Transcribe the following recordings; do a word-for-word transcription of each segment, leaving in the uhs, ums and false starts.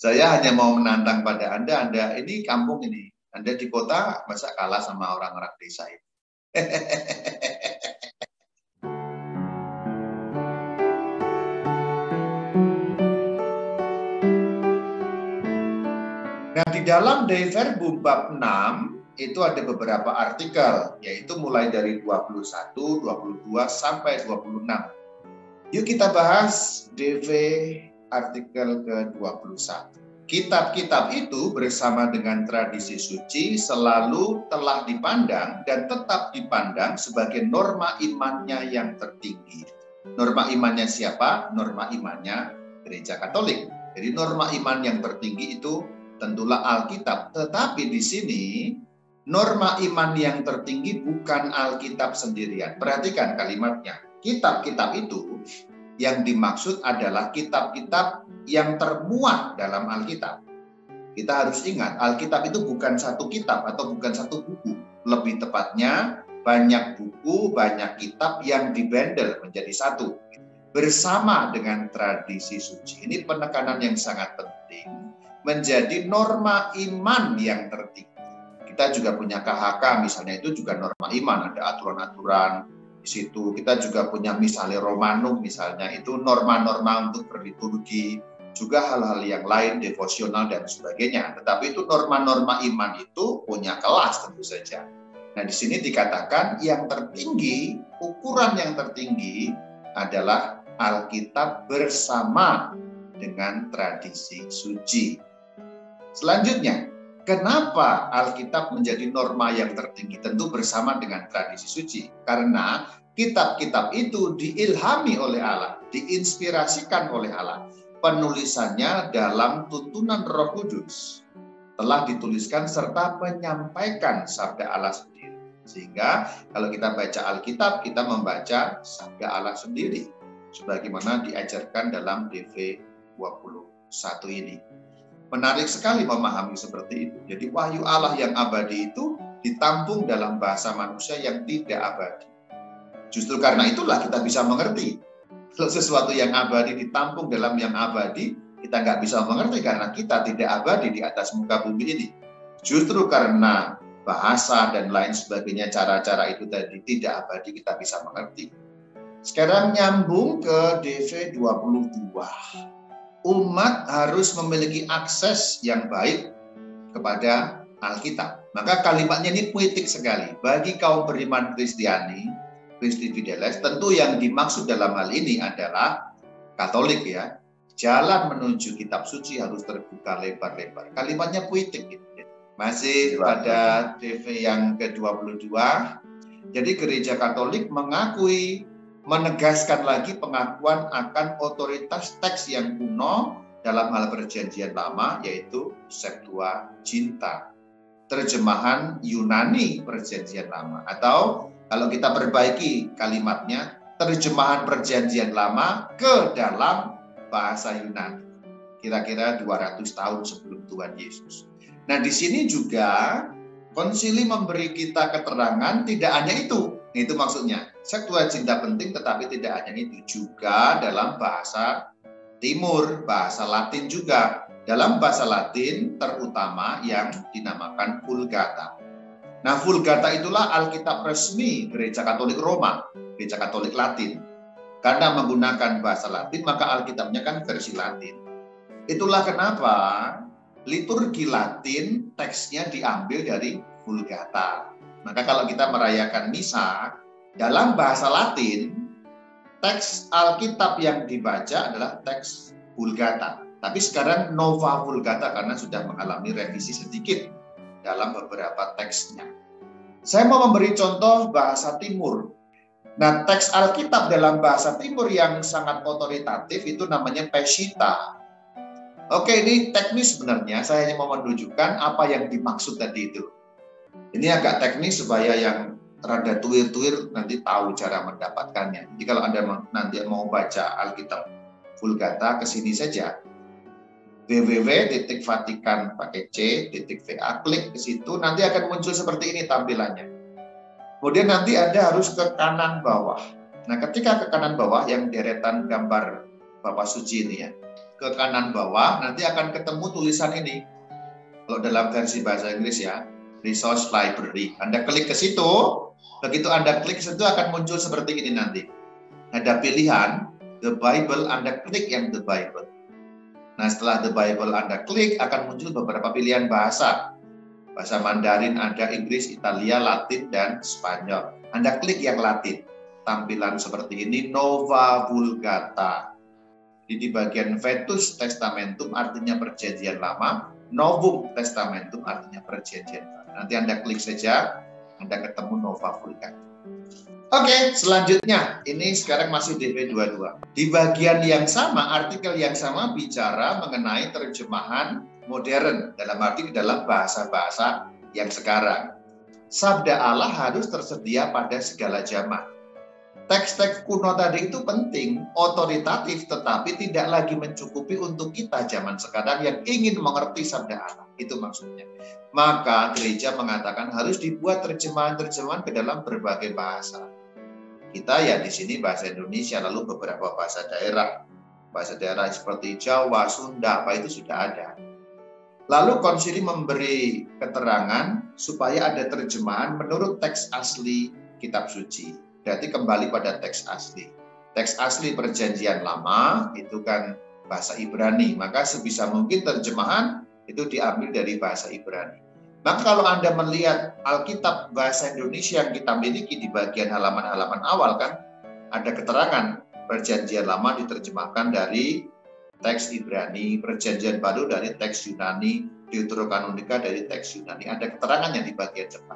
Saya hanya mau menantang pada Anda, Anda ini kampung ini, Anda di kota masa kalah sama orang-orang desa ini. Nah, di dalam De Verbum bab enam itu ada beberapa artikel, yaitu mulai dari dua puluh satu, dua puluh dua sampai dua puluh enam. Yuk kita bahas D V artikel ke dua puluh satu. Kitab-kitab itu bersama dengan tradisi suci selalu telah dipandang dan tetap dipandang sebagai norma imannya yang tertinggi. Norma imannya siapa? Norma imannya Gereja Katolik. Jadi norma iman yang tertinggi itu tentulah Alkitab. Tetapi di sini norma iman yang tertinggi bukan Alkitab sendirian. Perhatikan kalimatnya. Kitab-kitab itu yang dimaksud adalah kitab-kitab yang termuat dalam Alkitab. Kita harus ingat, Alkitab itu bukan satu kitab atau bukan satu buku. Lebih tepatnya, banyak buku, banyak kitab yang dibendel menjadi satu. Bersama dengan tradisi suci. Ini penekanan yang sangat penting. Menjadi norma iman yang tertinggi. Kita juga punya K H K misalnya, itu juga norma iman. Ada aturan-aturan di situ. Kita juga punya misalnya Romanum misalnya, itu norma-norma untuk berliturgi, juga hal-hal yang lain, devosional dan sebagainya. Tetapi itu norma-norma iman itu punya kelas tentu saja. Nah, di sini dikatakan yang tertinggi, ukuran yang tertinggi adalah Alkitab bersama dengan tradisi suci. Selanjutnya, kenapa Alkitab menjadi norma yang tertinggi? Tentu bersama dengan tradisi suci. Karena kitab-kitab itu diilhami oleh Allah, diinspirasikan oleh Allah. Penulisannya dalam tuntunan Roh Kudus. Telah dituliskan serta menyampaikan sabda Allah sendiri. Sehingga kalau kita baca Alkitab, kita membaca sabda Allah sendiri. Sebagaimana diajarkan dalam D V dua puluh satu ini. Menarik sekali memahami seperti itu. Jadi wahyu Allah yang abadi itu ditampung dalam bahasa manusia yang tidak abadi. Justru karena itulah kita bisa mengerti. Kalau sesuatu yang abadi ditampung dalam yang abadi, kita nggak bisa mengerti karena kita tidak abadi di atas muka bumi ini. Justru karena bahasa dan lain sebagainya, cara-cara itu tadi tidak abadi, kita bisa mengerti. Sekarang nyambung ke D V dua puluh dua. Umat harus memiliki akses yang baik kepada Alkitab. Maka kalimatnya ini puitik sekali. Bagi kaum beriman Kristiani, Christi Fideles, tentu yang dimaksud dalam hal ini adalah Katolik ya. Jalan menuju kitab suci harus terbuka lebar-lebar. Kalimatnya puitik. Gitu. Masih pada D V yang ke dua puluh dua. Jadi Gereja Katolik mengakui, menegaskan lagi pengakuan akan otoritas teks yang kuno dalam hal perjanjian lama, yaitu Septuaginta, terjemahan Yunani perjanjian lama, atau kalau kita perbaiki kalimatnya, terjemahan perjanjian lama ke dalam bahasa Yunani, kira-kira dua ratus tahun sebelum Tuhan Yesus. Nah, di sini juga Konsili memberi kita keterangan tidak hanya itu. Itu maksudnya, Septuaginta penting tetapi tidak hanya itu, juga dalam bahasa Timur, bahasa Latin juga. Dalam bahasa Latin terutama yang dinamakan Vulgata. Nah, Vulgata itulah Alkitab resmi Gereja Katolik Roma, Gereja Katolik Latin. Karena menggunakan bahasa Latin, maka Alkitabnya kan versi Latin. Itulah kenapa liturgi Latin teksnya diambil dari Vulgata. Maka kalau kita merayakan misa dalam bahasa Latin, teks Alkitab yang dibaca adalah teks Vulgata. Tapi sekarang Nova Vulgata karena sudah mengalami revisi sedikit dalam beberapa teksnya. Saya mau memberi contoh bahasa Timur. Nah, teks Alkitab dalam bahasa Timur yang sangat otoritatif itu namanya Peshitta. Oke, ini teknis sebenarnya. Saya hanya mau menunjukkan apa yang dimaksud tadi itu. Ini agak teknis supaya yang rada tuir-tuir nanti tahu cara mendapatkannya. Jadi kalau Anda nanti mau baca Alkitab Vulgata, ke sini saja. w w w titik vatikan pakai C titik v a, klik ke situ, nanti akan muncul seperti ini tampilannya. Kemudian nanti Anda harus ke kanan bawah. Nah, ketika ke kanan bawah yang deretan gambar Bapak Suci ini ya, ke kanan bawah, nanti akan ketemu tulisan ini. Kalau dalam versi bahasa Inggris ya, Resource Library. Anda klik ke situ, begitu Anda klik ke situ akan muncul seperti ini nanti. Ada pilihan, The Bible, Anda klik yang The Bible. Nah, setelah The Bible Anda klik, akan muncul beberapa pilihan bahasa. Bahasa Mandarin ada, Inggris, Italia, Latin, dan Spanyol. Anda klik yang Latin. Tampilan seperti ini, Nova Vulgata. Jadi di bagian Vetus Testamentum artinya perjanjian lama, Novum Testamentum artinya perjanjian baru. Nanti Anda klik saja, Anda ketemu Nova Vulgata. Oke, selanjutnya, ini sekarang masih D V dua puluh dua. Di bagian yang sama, artikel yang sama bicara mengenai terjemahan modern, dalam arti dalam bahasa-bahasa yang sekarang. Sabda Allah harus tersedia pada segala zaman. Teks-teks kuno tadi itu penting, otoritatif, tetapi tidak lagi mencukupi untuk kita zaman sekarang yang ingin mengerti sabda Allah. Itu maksudnya. Maka gereja mengatakan harus dibuat terjemahan-terjemahan ke dalam berbagai bahasa. Kita ya di sini bahasa Indonesia, lalu beberapa bahasa daerah. Bahasa daerah seperti Jawa, Sunda, apa itu sudah ada. Lalu konsili memberi keterangan supaya ada terjemahan menurut teks asli kitab suci. Berarti kembali pada teks asli. Teks asli perjanjian lama itu kan bahasa Ibrani, maka sebisa mungkin terjemahan itu diambil dari bahasa Ibrani. Maka kalau Anda melihat Alkitab bahasa Indonesia yang kita miliki di bagian halaman-halaman awal kan, ada keterangan perjanjian lama diterjemahkan dari teks Ibrani, perjanjian baru dari teks Yunani, Deuterokanonika dari teks Yunani. Ada keterangannya di bagian depan.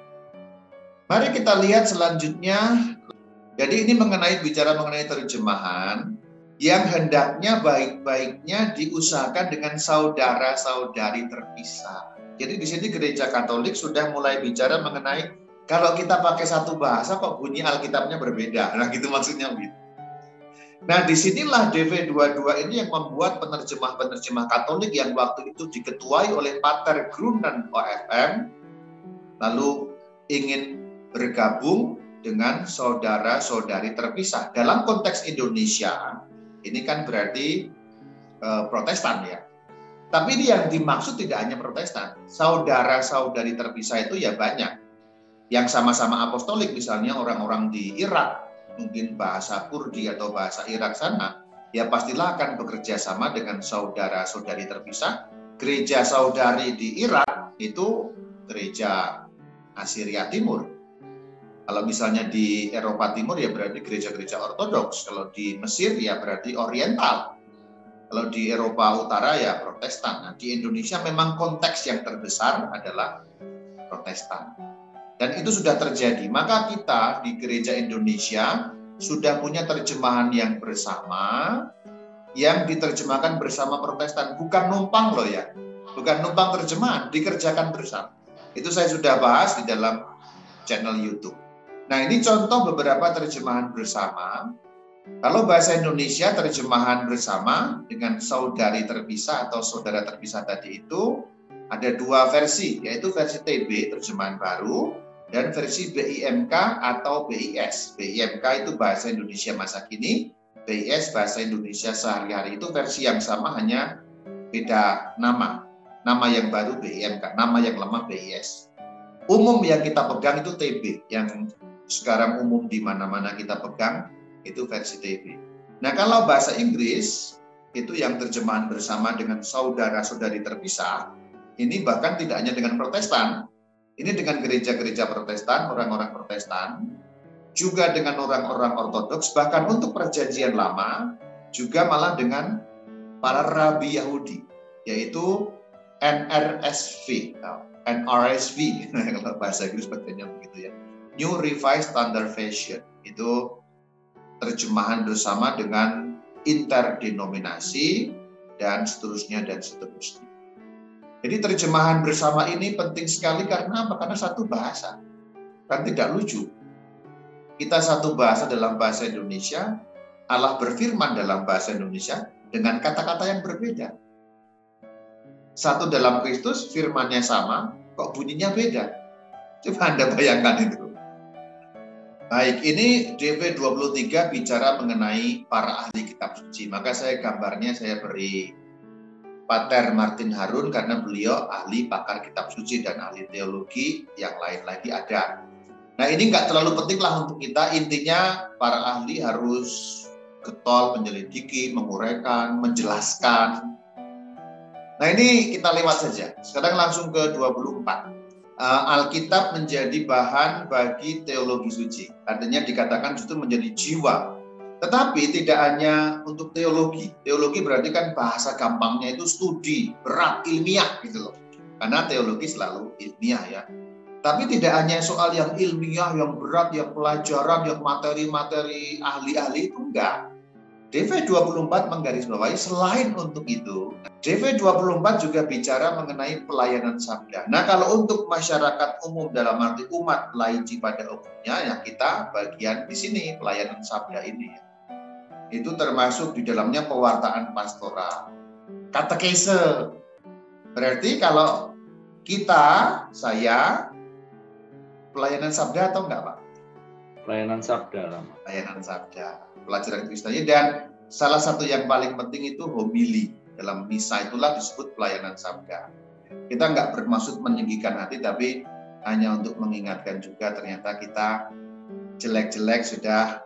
Mari kita lihat selanjutnya. Jadi ini mengenai bicara mengenai terjemahan yang hendaknya baik-baiknya diusahakan dengan saudara-saudari terpisah. Jadi di sini gereja Katolik sudah mulai bicara mengenai kalau kita pakai satu bahasa kok bunyi Alkitabnya berbeda. Nah, gitu maksudnya gitu. Nah, disinilah D V dua puluh dua ini yang membuat penerjemah-penerjemah Katolik yang waktu itu diketuai oleh Pater Grunen O F M lalu ingin bergabung dengan saudara-saudari terpisah. Dalam konteks Indonesia, ini kan berarti e, Protestan ya. Tapi ini yang dimaksud tidak hanya Protestan. Saudara-saudari terpisah itu ya banyak. Yang sama-sama apostolik, misalnya orang-orang di Irak, mungkin bahasa Kurdi atau bahasa Irak sana, ya pastilah akan bekerja sama dengan saudara-saudari terpisah. Gereja saudari di Irak itu gereja Assyria Timur. Kalau misalnya di Eropa Timur ya berarti gereja-gereja Ortodoks. Kalau di Mesir ya berarti Oriental. Kalau di Eropa Utara ya Protestan. Nah, di Indonesia memang konteks yang terbesar adalah Protestan. Dan itu sudah terjadi. Maka kita di gereja Indonesia sudah punya terjemahan yang bersama, yang diterjemahkan bersama Protestan. Bukan numpang loh ya. Bukan numpang terjemahan, dikerjakan bersama. Itu saya sudah bahas di dalam channel YouTube. Nah, ini contoh beberapa terjemahan bersama. Kalau bahasa Indonesia terjemahan bersama dengan saudari terpisah atau saudara terpisah tadi itu ada dua versi, yaitu versi T B terjemahan baru dan versi B I M K atau B I S. B I M K itu bahasa Indonesia masa kini, B I S bahasa Indonesia sehari-hari. Itu versi yang sama hanya beda nama. Nama yang baru B I M K, nama yang lama B I S. Umum yang kita pegang itu T B, yang sekarang umum di mana-mana kita pegang itu versi T B. Nah, kalau bahasa Inggris itu yang terjemahan bersama dengan saudara-saudari terpisah, ini bahkan tidak hanya dengan Protestan, ini dengan gereja-gereja Protestan, orang-orang Protestan, juga dengan orang-orang Ortodoks, bahkan untuk perjanjian lama, juga malah dengan para rabi Yahudi, yaitu N R S V, N R S V, kalau bahasa Inggris bacanya begitu ya, New Revised Standard Version, itu terjemahan bersama dengan interdenominasi dan seterusnya dan seterusnya. Jadi terjemahan bersama ini penting sekali karena apa? Karena satu bahasa. Kan tidak lucu. Kita satu bahasa dalam bahasa Indonesia, Allah berfirman dalam bahasa Indonesia dengan kata-kata yang berbeda. Satu dalam Kristus, firmannya sama, kok bunyinya beda. Coba Anda bayangkan itu. Baik, ini D V dua puluh tiga bicara mengenai para ahli kitab suci. Maka saya gambarnya saya beri Pater Martin Harun karena beliau ahli pakar kitab suci dan ahli teologi, yang lain lagi ada. Nah, ini nggak terlalu penting lah untuk kita. Intinya para ahli harus getol, menyelidiki, menguraikan, menjelaskan. Nah, ini kita lewat saja. Sekarang langsung ke dua puluh empat. Uh, Alkitab menjadi bahan bagi teologi suci. Artinya dikatakan justru menjadi jiwa. Tetapi tidak hanya untuk teologi. Teologi berarti kan bahasa gampangnya itu studi, berat, ilmiah gitu loh. Karena teologi selalu ilmiah ya. Tapi tidak hanya soal yang ilmiah, yang berat, yang pelajaran, yang materi-materi ahli-ahli itu enggak. D V dua puluh empat menggarisbawahi selain untuk itu, D V dua puluh empat juga bicara mengenai pelayanan sabda. Nah, kalau untuk masyarakat umum dalam arti umat laiki pada umumnya, ya kita bagian di sini pelayanan sabda ini. Itu termasuk di dalamnya pewartaan pastoral, katekese. Berarti kalau kita, saya pelayanan sabda atau enggak, Pak? Pelayanan sabda, Pak. Pelayanan sabda, pelajaran Kristennya, dan salah satu yang paling penting itu homili. Dalam misa itulah disebut pelayanan sabda. Kita nggak bermaksud meninggikan hati, tapi hanya untuk mengingatkan juga ternyata kita jelek-jelek sudah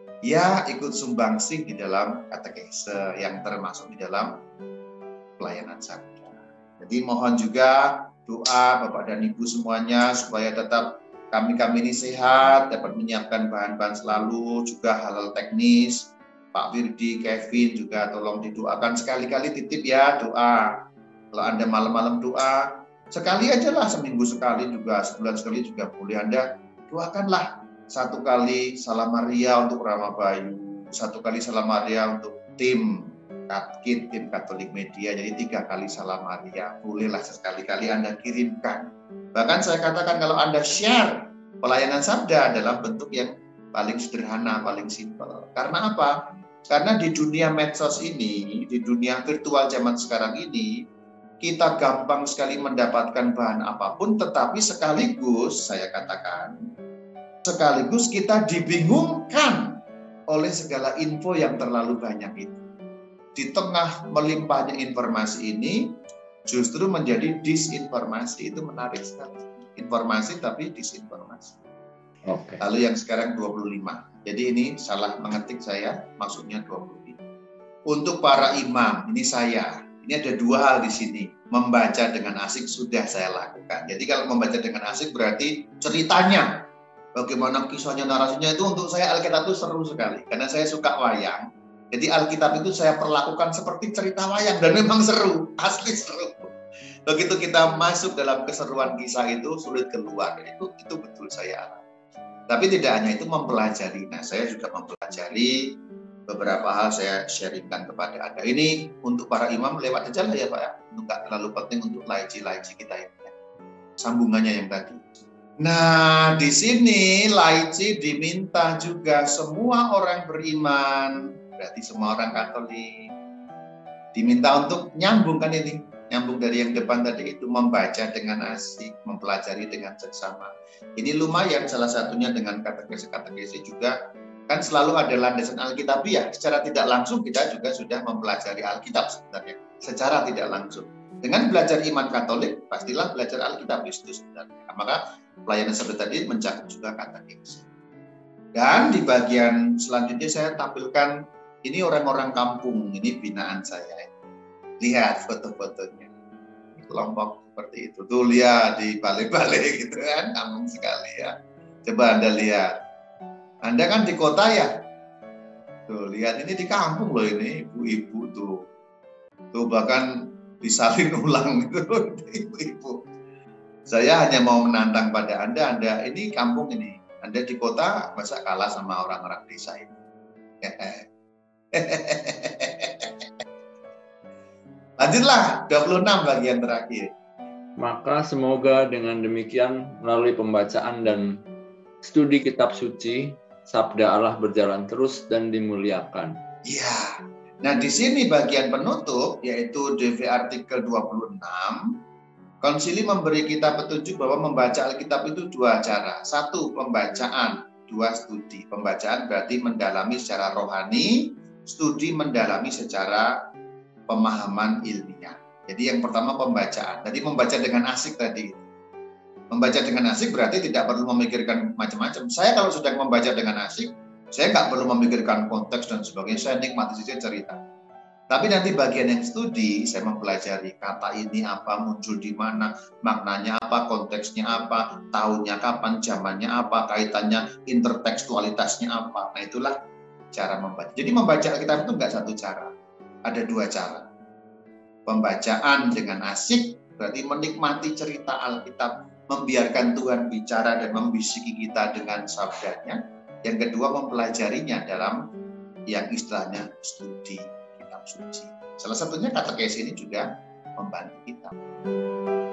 ya ikut sumbangsih di dalam katekese yang termasuk di dalam pelayanan sabda. Jadi mohon juga doa Bapak dan Ibu semuanya supaya tetap kami-kami ini sehat, dapat menyiapkan bahan-bahan selalu, juga hal-hal teknis. Pak Firdi, Kevin juga tolong didoakan, sekali-kali titip ya doa. Kalau Anda malam-malam doa, sekali aja lah, seminggu sekali juga, sebulan sekali juga boleh. Anda doakanlah satu kali Salam Maria untuk Rama Bayu, satu kali Salam Maria untuk tim Katkit, tim Katolik Media, jadi tiga kali Salam Maria. Bolehlah sekali-kali Anda kirimkan. Bahkan saya katakan kalau Anda share pelayanan sabda dalam bentuk yang paling sederhana, paling simpel. Karena apa? Karena di dunia medsos ini, di dunia virtual zaman sekarang ini, kita gampang sekali mendapatkan bahan apapun, tetapi sekaligus, saya katakan, sekaligus kita dibingungkan oleh segala info yang terlalu banyak itu. Di tengah melimpahnya informasi ini, justru menjadi disinformasi. Itu menarik sekali. Informasi tapi disinformasi. Oke. Lalu yang sekarang dua puluh lima. Jadi ini salah mengetik saya, maksudnya dua puluh lima. Untuk para imam, ini saya. Ini ada dua hal di sini. Membaca dengan asik sudah saya lakukan. Jadi kalau membaca dengan asik berarti ceritanya, bagaimana kisahnya, narasinya itu untuk saya Alkitab itu seru sekali. Karena saya suka wayang. Jadi Alkitab itu saya perlakukan seperti cerita wayang dan memang seru, asli seru. Begitu kita masuk dalam keseruan kisah itu sulit keluar, itu itu betul saya alami. Tapi tidak hanya itu, mempelajari. Nah, saya juga mempelajari beberapa hal, saya sharingkan kepada Anda. Ini untuk para imam lewat aja lah ya Pak ya, untuk nggak terlalu penting untuk laici-laici kita ini. Ya. Sambungannya yang tadi. Nah, di sini laici diminta juga semua orang beriman. Berarti semua orang Katolik diminta untuk nyambungkan ini, nyambung dari yang depan tadi itu, membaca dengan asik, mempelajari dengan seksama. Ini lumayan, salah satunya dengan katekese-katekese juga, kan selalu ada landasan Alkitabiah. Secara tidak langsung kita juga sudah mempelajari Alkitab sebenarnya, secara tidak langsung. Dengan belajar iman Katolik, pastilah belajar Alkitab itu sebenarnya. Maka pelayanan seperti tadi mencakup juga katekese. Dan di bagian selanjutnya saya tampilkan ini orang-orang kampung, ini binaan saya. Lihat foto-fotonya. Kelompok seperti itu. Tuh lihat di balik-balik gitu kan, kampung sekali ya. Coba Anda lihat. Anda kan di kota ya. Tuh lihat ini di kampung loh ini, ibu-ibu tuh. Tuh bahkan disalin ulang itu ibu-ibu. Saya hanya mau menantang pada Anda, Anda ini kampung ini. Anda di kota masa kalah sama orang-orang desa ini. Lanjutlah, dua puluh enam bagian terakhir. Maka semoga dengan demikian melalui pembacaan dan studi kitab suci, sabda Allah berjalan terus dan dimuliakan. Ya, nah di sini bagian penutup yaitu D V artikel dua puluh enam. Konsili memberi kita petunjuk bahwa membaca Alkitab itu dua cara. Satu, pembacaan dua studi. Pembacaan berarti mendalami secara rohani, studi mendalami secara pemahaman ilmiah. Jadi yang pertama pembacaan. Tadi membaca dengan asik tadi. Membaca dengan asik berarti tidak perlu memikirkan macam-macam. Saya kalau sedang membaca dengan asik, saya nggak perlu memikirkan konteks dan sebagainya. Saya nikmati saja cerita. Tapi nanti bagian yang studi, saya mempelajari kata ini apa, muncul di mana, maknanya apa, konteksnya apa, tahunnya kapan, zamannya apa, kaitannya, intertekstualitasnya apa. Nah itulah cara membaca. Jadi membaca Alkitab itu nggak satu cara, ada dua cara. Pembacaan dengan asik berarti menikmati cerita Alkitab, membiarkan Tuhan bicara dan membisiki kita dengan sabdanya. Yang kedua mempelajarinya dalam yang istilahnya studi kitab suci. Salah satunya katekesi ini juga membantu kita.